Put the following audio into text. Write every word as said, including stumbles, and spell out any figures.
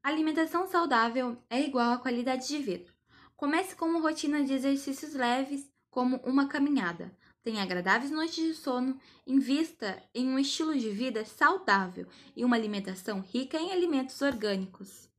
Alimentação saudável é igual à qualidade de vida. Comece com uma rotina de exercícios leves, como uma caminhada. Tenha agradáveis noites de sono, invista em um estilo de vida saudável e uma alimentação rica em alimentos orgânicos.